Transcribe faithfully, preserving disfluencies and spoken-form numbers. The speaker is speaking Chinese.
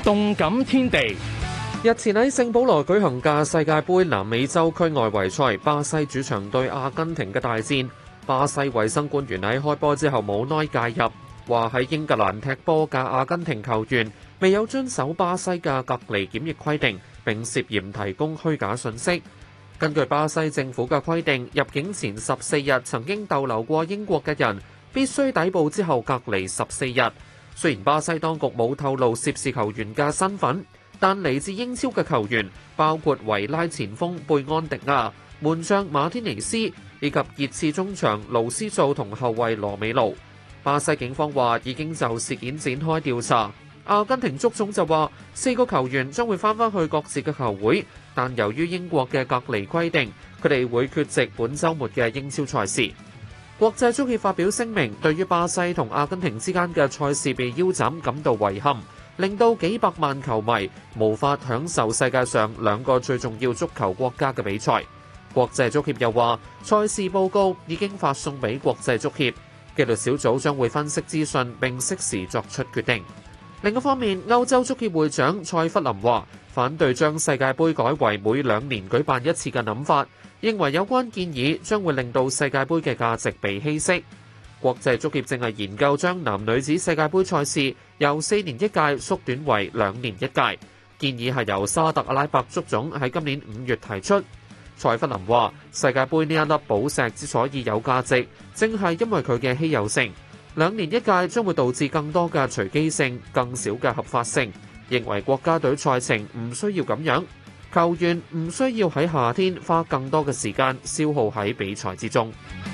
動感天地。 日前喺聖保羅舉行嘅世界盃南美洲區外圍賽，巴西主場對阿根廷嘅大戰，巴西衛生官員喺開波之後冇耐介入，話喺英格蘭踢波嘅阿根廷球員未有遵守巴西嘅隔離檢疫規定，並涉嫌提供虛假信息。根據巴西政府嘅規定，入境前十四日曾經逗留過英國嘅人必須抵埗之後隔離十四日。雖然巴西當局冇透露涉事球員嘅身份，但嚟自英超嘅球員包括維拉前鋒貝安迪亞、門將馬天尼斯以及熱刺中場盧斯素同後衛羅美路。巴西警方話已經就事件展開調查。阿根廷足總就話四個球員將會返返去各自嘅球會，但由於英國嘅隔離規定，佢哋會缺席本週末嘅英超賽事。國際足協發表聲明，對於巴西同阿根廷之間嘅賽事被腰斬感到遺憾，令到幾百萬球迷無法享受世界上兩個最重要足球國家嘅比賽。國際足協又話，賽事報告已經發送俾國際足協，紀律小組將會分析資訊並適時作出決定。另一方面，歐洲足協會長蔡弗林話，反對將世界盃改為每兩年舉辦一次嘅諗法，認為有關建議將會令到世界盃嘅價值被稀釋。國際足協正係研究將男女子世界盃賽事由四年一屆縮短為兩年一屆，建議係由沙特阿拉伯足總喺今年五月提出。蔡弗林話，世界盃呢一粒寶石之所以有價值，正係因為佢嘅稀有性。兩年一屆將會導致更多嘅隨機性，更少嘅合法性。認為國家隊賽程唔需要咁樣，球員唔需要喺夏天花更多嘅時間消耗喺比賽之中。